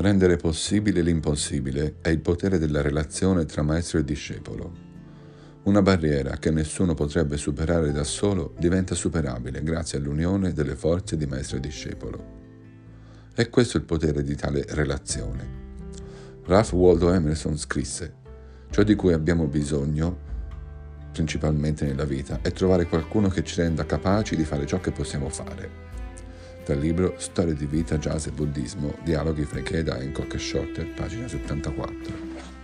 Rendere possibile l'impossibile è il potere della relazione tra maestro e discepolo. Una barriera che nessuno potrebbe superare da solo diventa superabile grazie all'unione delle forze di maestro e discepolo. E questo è il potere di tale relazione. Ralph Waldo Emerson scrisse: ciò di cui abbiamo bisogno, principalmente nella vita, è trovare qualcuno che ci renda capaci di fare ciò che possiamo fare. Dal libro Storie di vita, jazz e buddismo, dialoghi fra Ikeda, Hancock e Shorter, pagina 74.